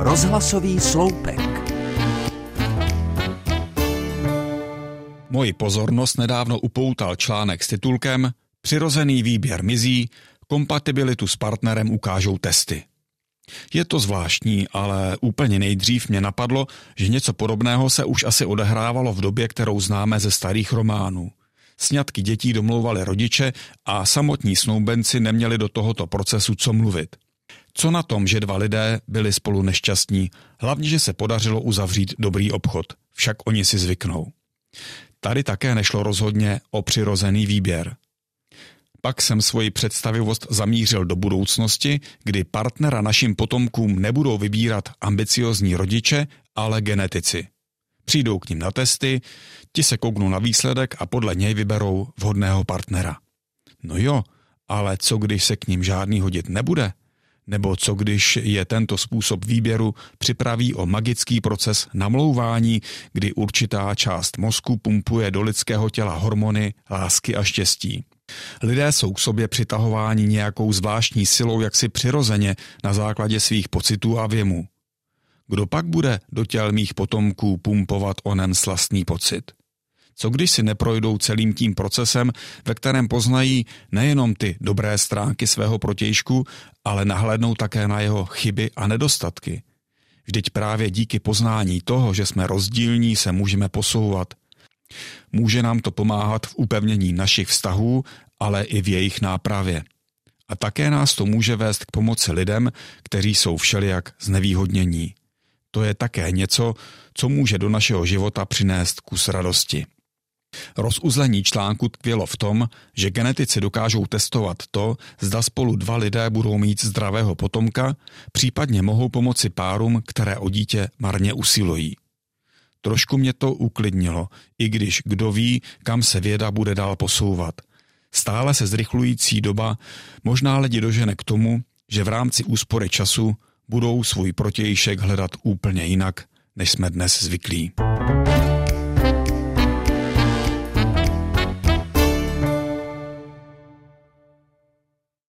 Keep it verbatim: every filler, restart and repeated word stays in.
Rozhlasový sloupek. Moji pozornost nedávno upoutal článek s titulkem Přirozený výběr mizí, kompatibilitu s partnerem ukážou testy. Je to zvláštní, ale úplně nejdřív mě napadlo, že něco podobného se už asi odehrávalo v době, kterou známe ze starých románů. Sňatky dětí domlouvali rodiče a samotní snoubenci neměli do tohoto procesu co mluvit. Co na tom, že dva lidé byli spolu nešťastní, hlavně, že se podařilo uzavřít dobrý obchod, však oni si zvyknou. Tady také nešlo rozhodně o přirozený výběr. Pak jsem svoji představivost zamířil do budoucnosti, kdy partnera našim potomkům nebudou vybírat ambiciozní rodiče, ale genetici. Přijdou k nim na testy, ti se kouknou na výsledek a podle něj vyberou vhodného partnera. No jo, ale co když se k ním žádný hodit nebude? Nebo co když je tento způsob výběru připraví o magický proces namlouvání, kdy určitá část mozku pumpuje do lidského těla hormony lásky a štěstí. Lidé jsou k sobě přitahováni nějakou zvláštní silou jaksi přirozeně na základě svých pocitů a věmů. Kdo pak bude do těl mých potomků pumpovat onen slastný pocit? Co když si neprojdou celým tím procesem, ve kterém poznají nejenom ty dobré stránky svého protějšku, ale nahlédnou také na jeho chyby a nedostatky? Vždyť právě díky poznání toho, že jsme rozdílní, se můžeme posouvat. Může nám to pomáhat v upevnění našich vztahů, ale i v jejich nápravě. A také nás to může vést k pomoci lidem, kteří jsou všelijak znevýhodnění. To je také něco, co může do našeho života přinést kus radosti. Rozuzlení článku tkvělo v tom, že genetici dokážou testovat to, zda spolu dva lidé budou mít zdravého potomka, případně mohou pomoci párům, které o dítě marně usilují. Trošku mě to uklidnilo, i když kdo ví, kam se věda bude dál posouvat. Stále se zrychlující doba možná lidi dožene k tomu, že v rámci úspory času budou svůj protějšek hledat úplně jinak, než jsme dnes zvyklí.